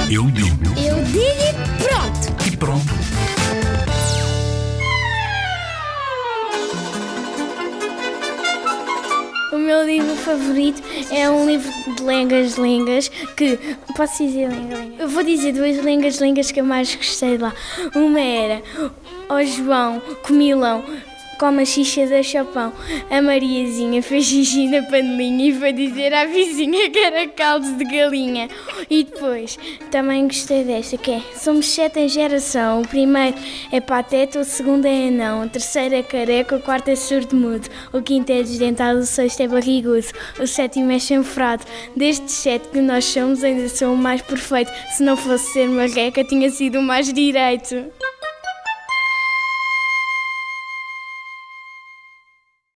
Eu digo. Eu digo e pronto. E pronto. O meu livro favorito é um livro de lengas-lengas que... Posso dizer lenga-lenga? Eu vou dizer duas lengas-lengas que eu mais gostei de lá. Uma era o João Comilão com a xixa da Chopão. A Mariazinha fez xixi na panelinha e foi dizer à vizinha que era caldo de galinha. E depois, também gostei desta, que é: somos 7 em geração. O primeiro é pateta, o segundo é anão, o terceiro é careca, o quarto é surdo-mudo, o quinto é desdentado, o sexto é barrigudo, o sétimo é chanfrado. Destes 7 que nós somos, ainda sou o mais perfeito. Se não fosse ser marreca, tinha sido o mais direito.